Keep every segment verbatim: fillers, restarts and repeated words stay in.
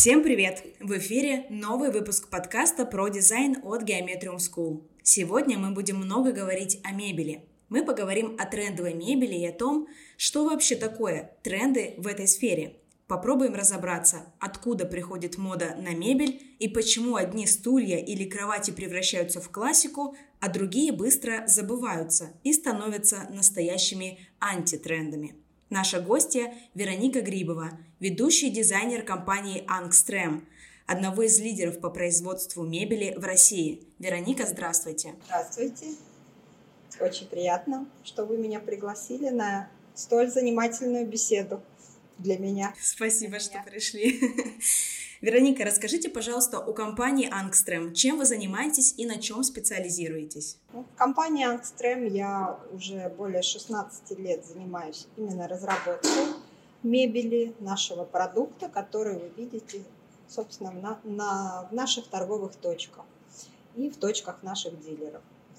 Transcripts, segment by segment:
Всем привет! В эфире новый выпуск подкаста про дизайн от Geometrium School. Сегодня мы будем много говорить о мебели. Мы поговорим о трендовой мебели и о том, что вообще такое тренды в этой сфере. Попробуем разобраться, откуда приходит мода на мебель и почему одни стулья или кровати превращаются в классику, а другие быстро забываются и становятся настоящими антитрендами. Наша гостья Вероника Грибова, ведущий дизайнер компании Angstrom, одного из лидеров по производству мебели в России. Вероника, здравствуйте. Здравствуйте. Очень приятно, что вы меня пригласили на столь занимательную беседу для меня. Спасибо, для что меня. Пришли. Вероника, расскажите, пожалуйста, о компании Angstrom. Чем вы занимаетесь и на чем специализируетесь? В компании Angstrom я уже более шестнадцати лет занимаюсь именно разработкой мебели, нашего продукта, который вы видите, собственно, на, на, в наших торговых точках и в точках наших дилеров.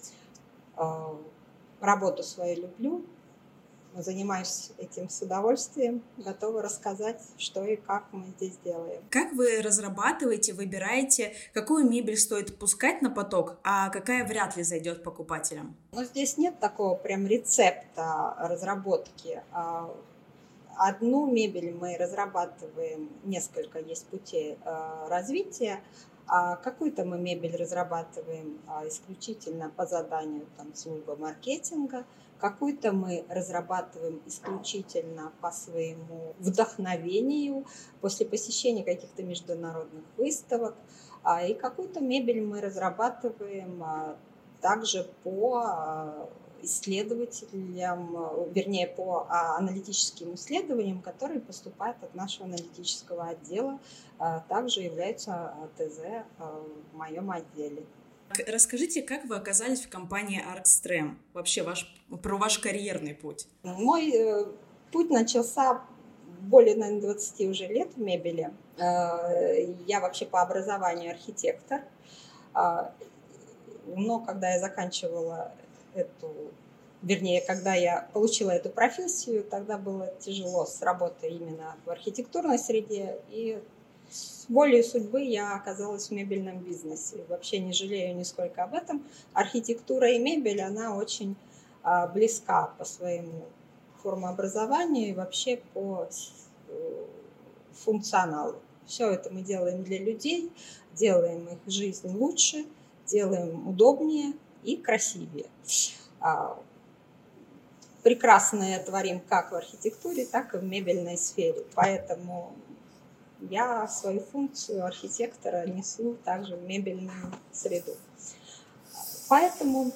Работу свою люблю. Занимаюсь этим с удовольствием, готова рассказать, что и как мы здесь делаем. Как вы разрабатываете, выбираете, какую мебель стоит пускать на поток, а какая вряд ли зайдет покупателям? Ну, здесь нет такого прям рецепта разработки. Одну мебель мы разрабатываем, несколько есть путей развития. А какую-то мы мебель разрабатываем исключительно по заданию там, службы маркетинга, какую-то мы разрабатываем исключительно по своему вдохновению, после посещения каких-то международных выставок, и какую-то мебель мы разрабатываем также по исследователям, вернее, по аналитическим исследованиям, которые поступают от нашего аналитического отдела, также являются ТЗ в моем отделе. Расскажите, как вы оказались в компании Angstrom? Вообще ваш, про ваш карьерный путь. Мой э, путь начался более, наверное, двадцати уже лет в мебели. Э, я вообще по образованию архитектор. Э, но когда я заканчивала эту, вернее, когда я получила эту профессию, тогда было тяжело с работой именно в архитектурной среде, и с волей судьбы я оказалась в мебельном бизнесе. Вообще не жалею нисколько об этом. Архитектура и мебель, она очень а, близка по своему формообразованию и вообще по функционалу. Все это мы делаем для людей, делаем их жизнь лучше, делаем удобнее и красивее. А, прекрасное творим как в архитектуре, так и в мебельной сфере. Поэтому я свою функцию архитектора несу также в мебельную среду. Поэтому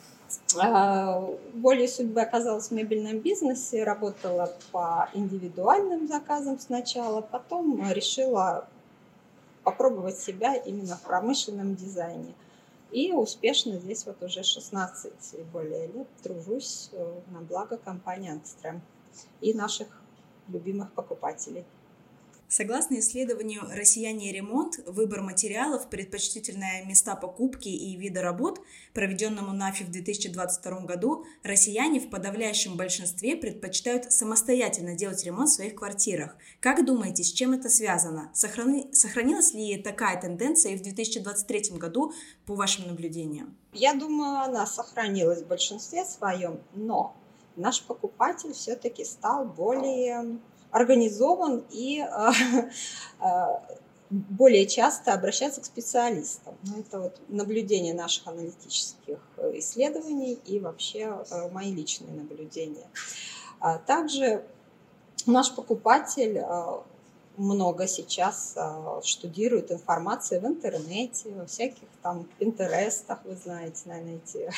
э, волей судьбы оказалась в мебельном бизнесе, работала по индивидуальным заказам сначала, потом решила попробовать себя именно в промышленном дизайне. И успешно здесь вот уже шестнадцать и более лет тружусь на благо компании Angstrom и наших любимых покупателей. Согласно исследованию «Россияне и ремонт. Выбор материалов, предпочтительные места покупки и виды работ», проведенному НАФИ в две тысячи двадцать втором году, россияне в подавляющем большинстве предпочитают самостоятельно делать ремонт в своих квартирах. Как думаете, с чем это связано? Сохрани... Сохранилась ли такая тенденция и в две тысячи двадцать третьем году, по вашим наблюдениям? Я думаю, она сохранилась в большинстве своем, но наш покупатель все-таки стал более организован и э, э, более часто обращаться к специалистам. Это вот наблюдение наших аналитических исследований и вообще э, мои личные наблюдения. А также наш покупатель э, много сейчас э, штудирует информации в интернете, во всяких там пинтерестах, вы знаете, наверное, эти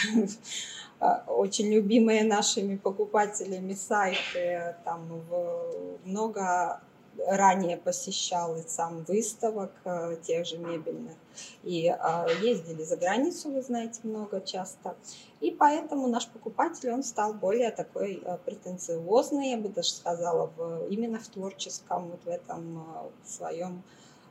очень любимые нашими покупателями сайты, там много ранее посещал и сам выставок тех же мебельных, и ездили за границу, вы знаете, много часто, и поэтому наш покупатель, он стал более такой претенциозный, я бы даже сказала, в, именно в творческом, вот в этом своем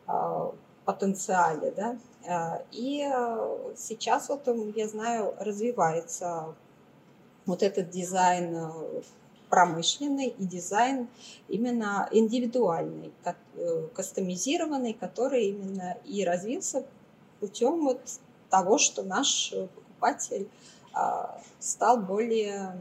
потенциале, да. И сейчас вот, я знаю, развивается вот этот дизайн промышленный и дизайн именно индивидуальный, кастомизированный, который именно и развился путем вот того, что наш покупатель стал более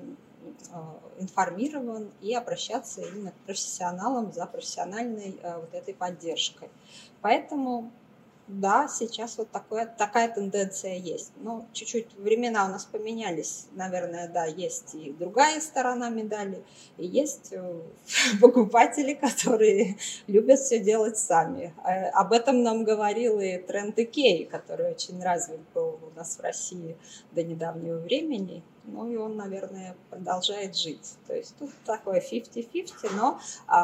информирован и обращаться именно к профессионалам за профессиональной вот этой поддержкой. Поэтому да, сейчас вот такое, такая тенденция есть. Но чуть-чуть времена у нас поменялись. Наверное, да, есть и другая сторона медали. И есть покупатели, которые любят все делать сами. Об этом нам говорил и тренд Икеи, который очень развит был у нас в России до недавнего времени. Ну и он, наверное, продолжает жить. То есть тут такое фифти-фифти, но...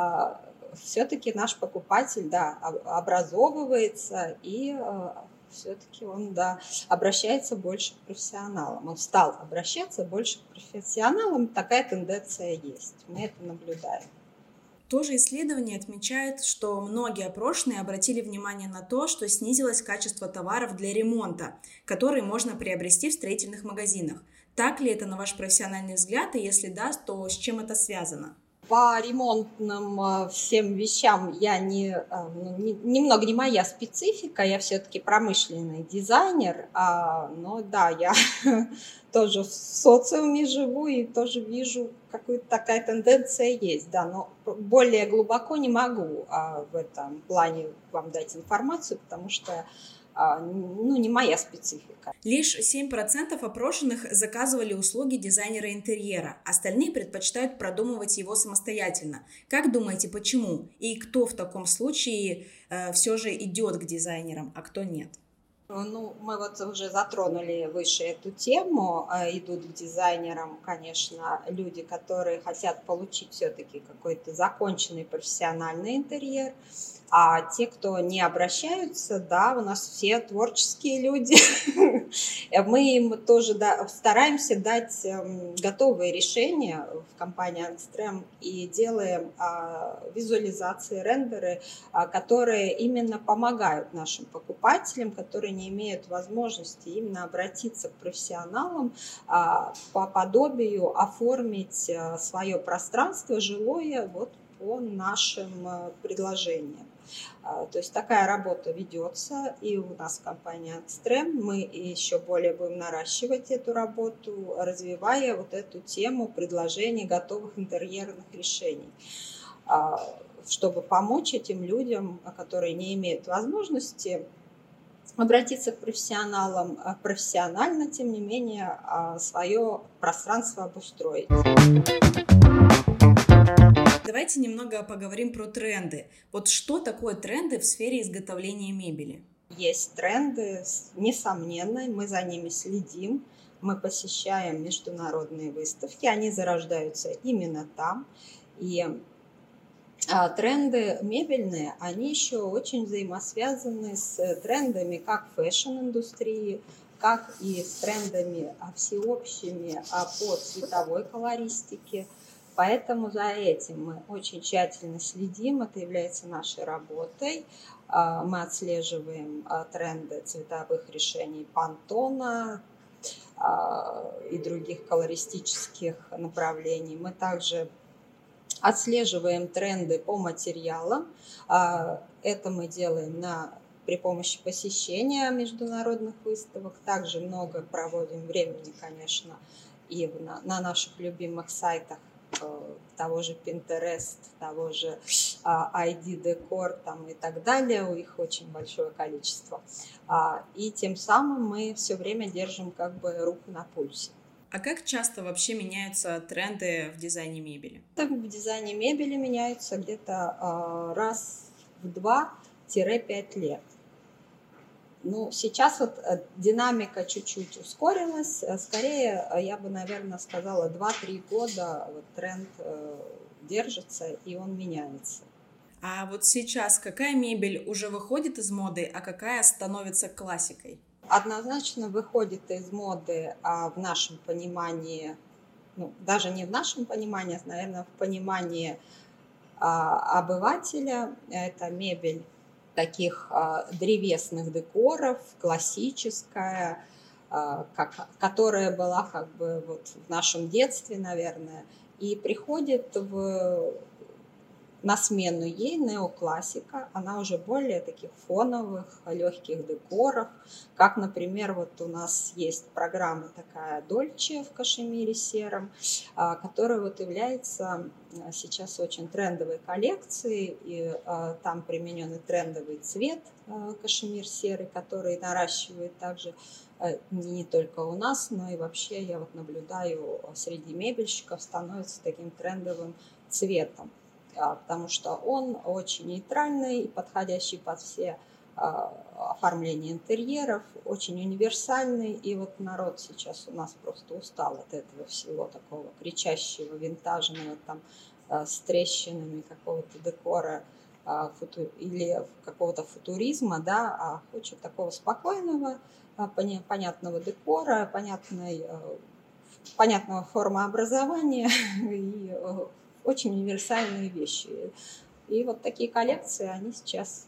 все-таки наш покупатель, да, образовывается, и э, все-таки он, да, обращается больше к профессионалам. Он стал обращаться больше к профессионалам, такая тенденция есть, мы это наблюдаем. Тоже исследование отмечает, что многие опрошенные обратили внимание на то, что снизилось качество товаров для ремонта, которые можно приобрести в строительных магазинах. Так ли это на ваш профессиональный взгляд, и если да, то с чем это связано? По ремонтным всем вещам я не, не, немного не моя специфика, я все-таки промышленный дизайнер, а, но да, я тоже в социуме живу и тоже вижу, какая-то такая тенденция есть, да, но более глубоко не могу а, в этом плане вам дать информацию, потому что ну, не моя специфика. Лишь семь процентов опрошенных заказывали услуги дизайнера интерьера, остальные предпочитают продумывать его самостоятельно. Как думаете, почему? И кто в таком случае э, все же идет к дизайнерам, а кто нет? Ну, мы вот уже затронули выше эту тему. Идут к дизайнерам, конечно, люди, которые хотят получить все-таки какой-то законченный профессиональный интерьер. А те, кто не обращаются, да, у нас все творческие люди. Мы им тоже да, стараемся дать готовые решения в компании Angstrom и делаем а, визуализации, рендеры, а, которые именно помогают нашим покупателям, которые не имеют возможности именно обратиться к профессионалам а, по подобию оформить а, свое пространство жилое вот по нашим а, предложениям. То есть такая работа ведется и у нас в компании Angstrom. Мы еще более будем наращивать эту работу, развивая вот эту тему предложений готовых интерьерных решений, чтобы помочь этим людям, которые не имеют возможности обратиться к профессионалам, профессионально, тем не менее, свое пространство обустроить. Давайте немного поговорим про тренды. Вот что такое тренды в сфере изготовления мебели? Есть тренды, несомненно, мы за ними следим. Мы посещаем международные выставки, они зарождаются именно там. И а, тренды мебельные, они еще очень взаимосвязаны с трендами как фэшн-индустрии, как и с трендами всеобщими по цветовой колористике. Поэтому за этим мы очень тщательно следим, это является нашей работой. Мы отслеживаем тренды цветовых решений Pantone и других колористических направлений. Мы также отслеживаем тренды по материалам. Это мы делаем на, при помощи посещения международных выставок. Также много проводим времени, конечно, и на, на наших любимых сайтах, того же Pinterest, того же ай ди Decor там, и так далее, у них очень большое количество. И тем самым мы все время держим как бы руку на пульсе. А как часто вообще меняются тренды в дизайне мебели? В дизайне мебели меняются где-то раз в два-пять лет. Ну, сейчас вот динамика чуть-чуть ускорилась. Скорее, я бы, наверное, сказала, два-три года вот тренд держится и он меняется. А вот сейчас какая мебель уже выходит из моды, а какая становится классикой? Однозначно выходит из моды а в нашем понимании, ну, даже не в нашем понимании, а, наверное, в понимании а, обывателя. Это мебель таких а, древесных декоров, классическая, а, как, которая была как бы вот в нашем детстве, наверное, И приходит в на смену ей неоклассика, она уже более таких фоновых, легких декоров, как, например, вот у нас есть программа такая Дольче в кашемире сером, которая вот является сейчас очень трендовой коллекцией, и там применен трендовый цвет кашемир серый, который наращивает также не только у нас, но и вообще я вот наблюдаю среди мебельщиков становится таким трендовым цветом. Потому что он очень нейтральный, подходящий под все оформления интерьеров, очень универсальный. И вот народ сейчас у нас просто устал от этого всего такого кричащего, винтажного, там, с трещинами какого-то декора или какого-то футуризма, да, а хочет такого спокойного, понятного декора, понятной, понятного формообразования и очень универсальные вещи. И вот такие коллекции, они сейчас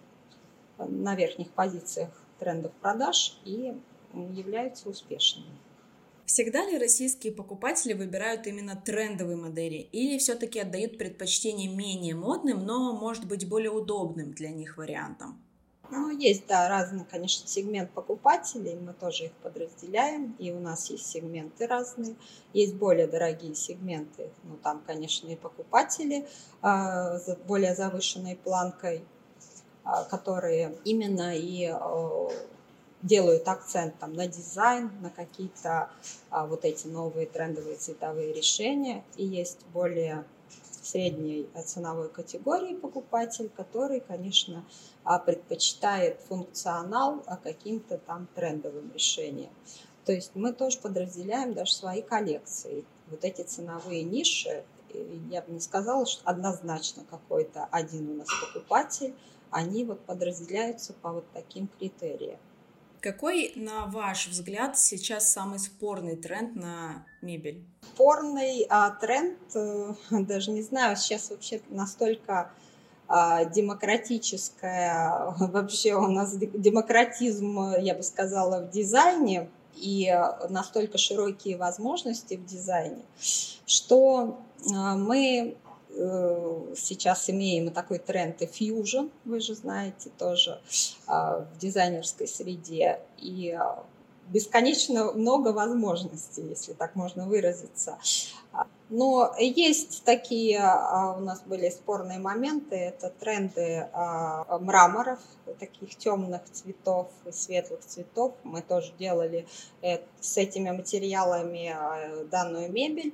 на верхних позициях трендов продаж и являются успешными. Всегда ли российские покупатели выбирают именно трендовые модели или все-таки отдают предпочтение менее модным, но, может быть, более удобным для них вариантам? Ну, есть, да, разный, конечно, сегмент покупателей, мы тоже их подразделяем, и у нас есть сегменты разные, есть более дорогие сегменты, ну, там, конечно, и покупатели а, с более завышенной планкой, а, которые именно и а, делают акцент там, на дизайн, на какие-то а, вот эти новые трендовые цветовые решения, и есть более средней ценовой категории покупатель, который, конечно, предпочитает функционал каким-то там трендовым решениям. То есть мы тоже подразделяем даже свои коллекции. Вот эти ценовые ниши, я бы не сказала, что однозначно какой-то один у нас покупатель, они вот подразделяются по вот таким критериям. Какой, на ваш взгляд, сейчас самый спорный тренд на мебель? Спорный а, тренд, даже не знаю, сейчас вообще настолько а, демократическая, вообще у нас демократизм, я бы сказала, в дизайне, и настолько широкие возможности в дизайне, что мы сейчас имеем такой тренд и фьюжн, вы же знаете, тоже в дизайнерской среде, и бесконечно много возможностей, если так можно выразиться. Но есть такие, у нас были спорные моменты, это тренды мраморов, таких темных цветов и светлых цветов. Мы тоже делали с этими материалами данную мебель,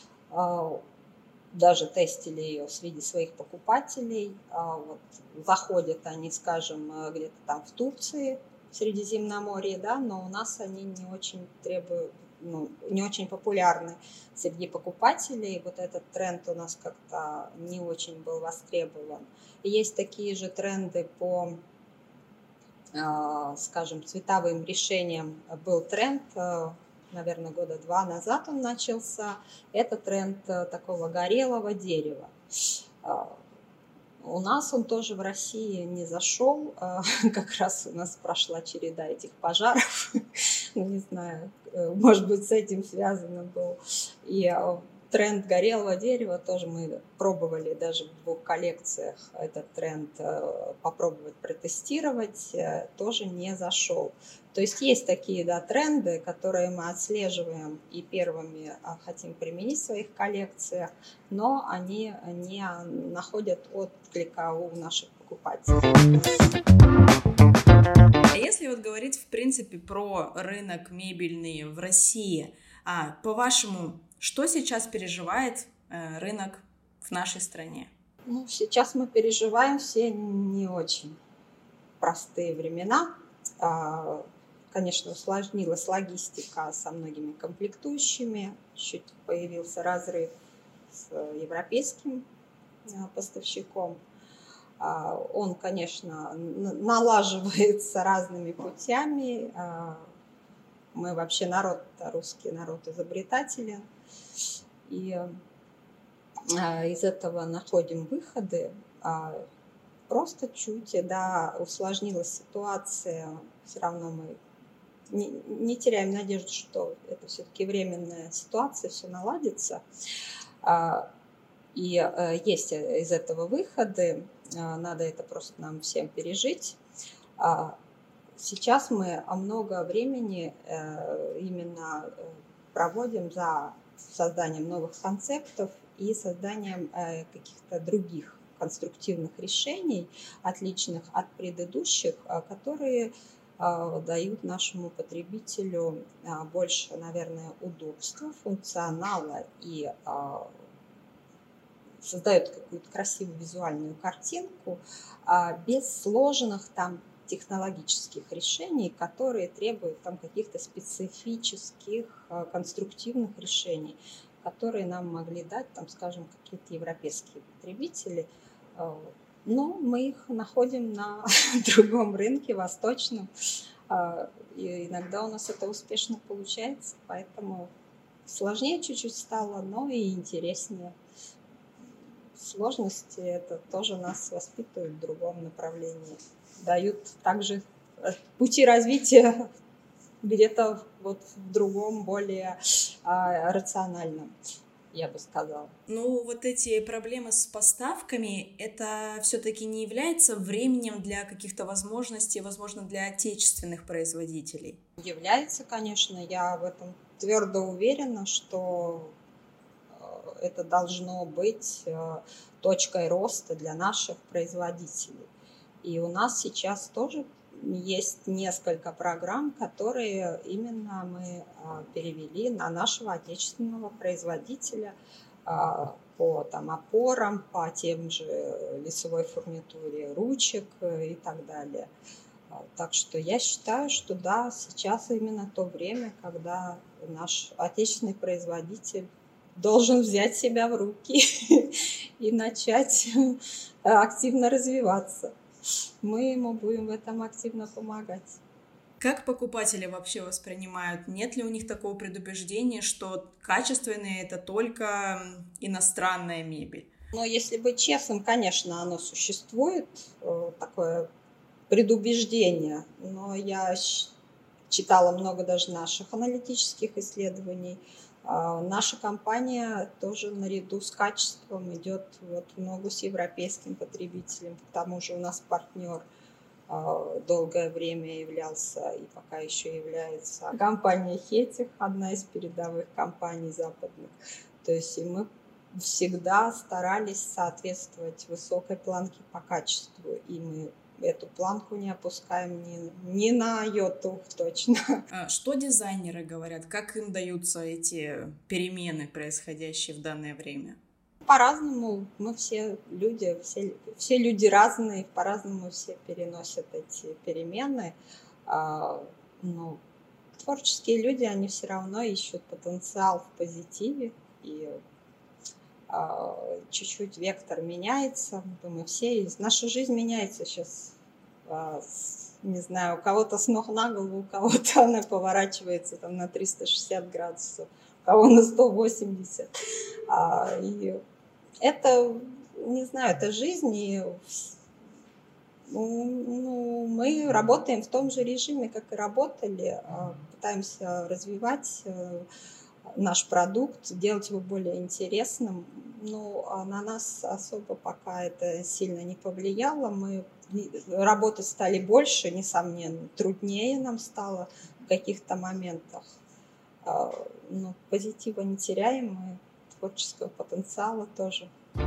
даже тестили ее среди своих покупателей. Вот, заходят они, скажем, где-то там в Турции, в Средиземноморье, да, но у нас они не очень требуют, ну, не очень популярны среди покупателей. Вот этот тренд у нас как-то не очень был востребован. И есть такие же тренды по, скажем, цветовым решениям. Был тренд, наверное, года два назад он начался. Это тренд такого горелого дерева. У нас он тоже в России не зашел, как раз у нас прошла череда этих пожаров, не знаю, может быть, с этим связано был. И тренд горелого дерева тоже мы пробовали даже в двух коллекциях этот тренд попробовать протестировать, тоже не зашел. То есть есть такие, да, тренды, которые мы отслеживаем и первыми хотим применить в своих коллекциях, но они не находят отклика у наших покупателей. А если вот говорить, в принципе, про рынок мебельный в России, а, по-вашему, что сейчас переживает э, рынок в нашей стране? Ну, сейчас мы переживаем все не очень простые времена. Конечно, усложнилась логистика со многими комплектующими, чуть появился разрыв с европейским поставщиком. Он, конечно, налаживается разными путями. Мы вообще народ, русский народ изобретателен, и из этого находим выходы. Просто чуть, да, усложнилась ситуация, все равно мы не, не теряем надежду, что это все-таки временная ситуация, все наладится. И есть из этого выходы, надо это просто нам всем пережить. Сейчас мы много времени именно проводим за созданием новых концептов и созданием каких-то других конструктивных решений, отличных от предыдущих, которые дают нашему потребителю больше, наверное, удобства, функционала и создают какую-то красивую визуальную картинку без сложных там технологических решений, которые требуют там каких-то специфических конструктивных решений, которые нам могли дать, там, скажем, какие-то европейские потребители. Но мы их находим на другом рынке, восточном, и иногда у нас это успешно получается, поэтому сложнее чуть-чуть стало, но и интереснее. Сложности это тоже нас воспитывают в другом направлении, дают также пути развития где-то вот в другом, более а, рациональном, я бы сказала. Ну, вот эти проблемы с поставками, это все-таки не является временем для каких-то возможностей, возможно, для отечественных производителей? Является, конечно, я в этом твердо уверена, что это должно быть точкой роста для наших производителей. И у нас сейчас тоже есть несколько программ, которые именно мы перевели на нашего отечественного производителя по там, опорам, по тем же лесовой фурнитуре ручек и так далее. Так что я считаю, что да, сейчас именно то время, когда наш отечественный производитель должен взять себя в руки и начать активно развиваться. Мы ему будем в этом активно помогать. Как покупатели вообще воспринимают? Нет ли у них такого предубеждения, что качественная это только иностранная мебель? Но если быть честным, конечно, оно существует, такое предубеждение. Но я читала много даже наших аналитических исследований. Наша компания тоже наряду с качеством идет вот в ногу с европейским потребителем. К тому же у нас партнер долгое время являлся и пока еще является компания Хетих, одна из передовых компаний западных. То есть и мы всегда старались соответствовать высокой планке по качеству, и мы эту планку не опускаем ни, ни на йоту точно. Что дизайнеры говорят? Как им даются эти перемены, происходящие в данное время? По-разному. Мы все люди, все, все люди разные, по-разному все переносят эти перемены. А, ну, творческие люди, они все равно ищут потенциал в позитиве, и а, чуть-чуть вектор меняется. Мы все, наша жизнь меняется сейчас. Не знаю, у кого-то с ног на голову, у кого-то она поворачивается там на триста шестьдесят градусов, у кого на сто восемьдесят. А, и это, не знаю, это жизнь, и ну, мы работаем в том же режиме, как и работали, пытаемся развивать наш продукт, делать его более интересным. Но на нас особо пока это сильно не повлияло. Мы работать стали больше, несомненно, труднее нам стало в каких-то моментах. Но позитива не теряем, и творческого потенциала тоже.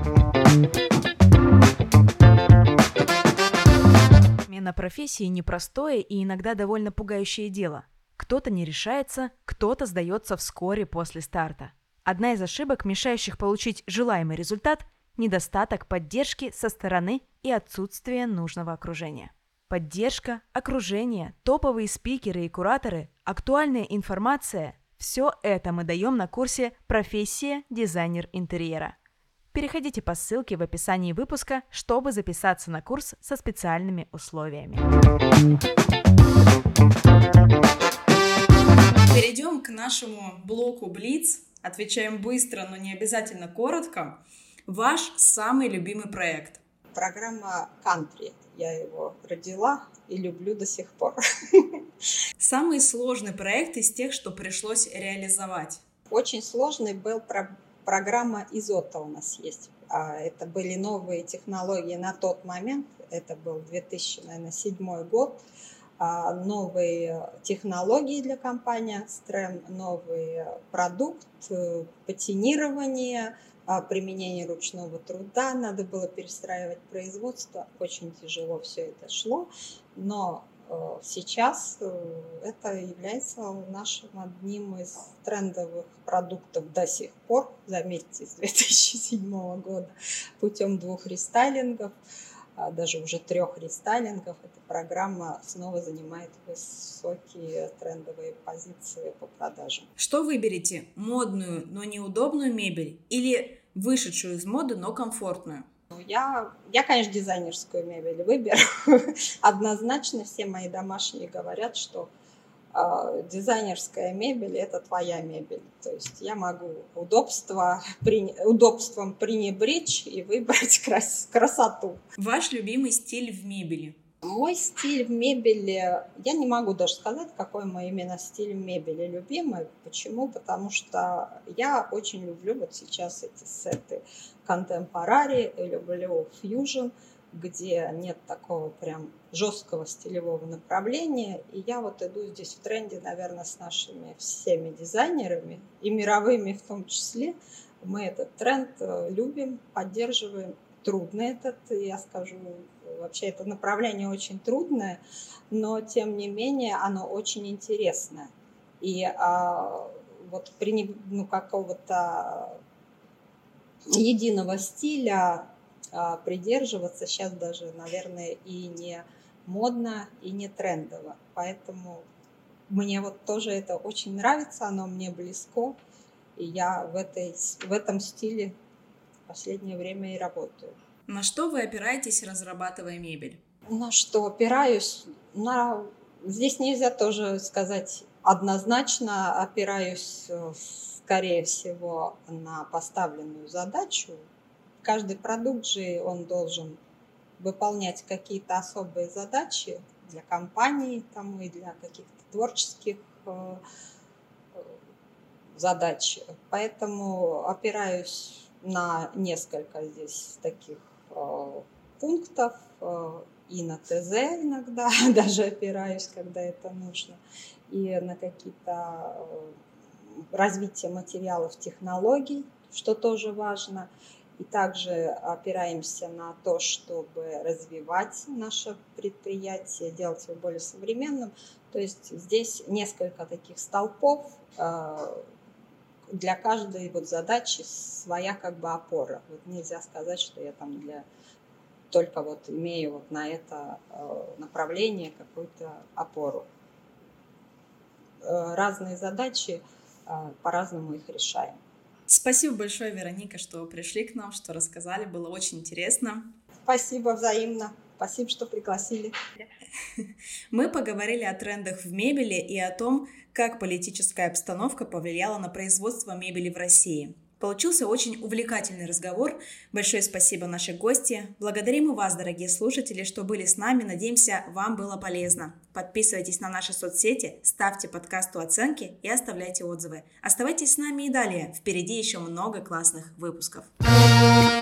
Смена профессии – непростое и иногда довольно пугающее дело. Кто-то не решается, кто-то сдается вскоре после старта. Одна из ошибок, мешающих получить желаемый результат – недостаток поддержки со стороны и отсутствие нужного окружения. Поддержка, окружение, топовые спикеры и кураторы, актуальная информация – все это мы даем на курсе «Профессия дизайнер интерьера». Переходите по ссылке в описании выпуска, чтобы записаться на курс со специальными условиями. Перейдем к нашему блоку Блиц. Отвечаем быстро, но не обязательно коротко. Ваш самый любимый проект? Программа «Country». Я его родила и люблю до сих пор. Самый сложный проект из тех, что пришлось реализовать? Очень сложный был программа Изота у нас есть. Это были новые технологии на тот момент, это был две тысячи седьмой год, новые технологии для компании Astrem, новый продукт, патентирование, применение ручного труда, надо было перестраивать производство, очень тяжело все это шло, но сейчас это является нашим одним из трендовых продуктов до сих пор, заметьте, с две тысячи седьмого года, путем двух рестайлингов, даже уже трех рестайлингов, эта программа снова занимает высокие трендовые позиции по продажам. Что выберете? Модную, но неудобную мебель или вышедшую из моды, но комфортную? Я, я, конечно, дизайнерскую мебель выберу. Однозначно все мои домашние говорят, что э, дизайнерская мебель – это твоя мебель. То есть я могу удобство, при, удобством пренебречь и выбрать крас, красоту. Ваш любимый стиль в мебели? Мой стиль в мебели, я не могу даже сказать, какой мой именно стиль в мебели любимый. Почему? Потому что я очень люблю вот сейчас эти сеты contemporary, люблю fusion, где нет такого прям жесткого стилевого направления. И я вот иду здесь в тренде, наверное, с нашими всеми дизайнерами, и мировыми в том числе. Мы этот тренд любим, поддерживаем. Трудно этот, я скажу, вообще это направление очень трудное, но тем не менее оно очень интересное. И а, вот при ну, какого-то единого стиля а, придерживаться сейчас даже, наверное, и не модно, и не трендово. Поэтому мне вот тоже это очень нравится, оно мне близко, и я в, этой, в этом стиле в последнее время и работаю. На что вы опираетесь, разрабатывая мебель? На что опираюсь? На... Здесь нельзя тоже сказать однозначно. Опираюсь, скорее всего, на поставленную задачу. Каждый продукт же, он должен выполнять какие-то особые задачи для компании там, и для каких-то творческих задач. Поэтому опираюсь на несколько здесь таких э, пунктов, э, и на ТЗ иногда даже опираюсь, когда это нужно, и на какие-то э, развитие материалов, технологий, что тоже важно. И также опираемся на то, чтобы развивать наше предприятие, делать его более современным. То есть здесь несколько таких столпов, э, для каждой вот задачи своя как бы опора. Вот нельзя сказать, что я там для только вот имею вот на это э, направление какую-то опору. Э, разные задачи, э, по-разному их решаем. Спасибо большое, Вероника, что пришли к нам, что рассказали, было очень интересно. Спасибо взаимно. Спасибо, что пригласили. Мы поговорили о трендах в мебели и о том, как политическая обстановка повлияла на производство мебели в России. Получился очень увлекательный разговор. Большое спасибо нашей гости. Благодарим и вас, дорогие слушатели, что были с нами. Надеемся, вам было полезно. Подписывайтесь на наши соцсети, ставьте подкасту оценки и оставляйте отзывы. Оставайтесь с нами и далее. Впереди еще много классных выпусков.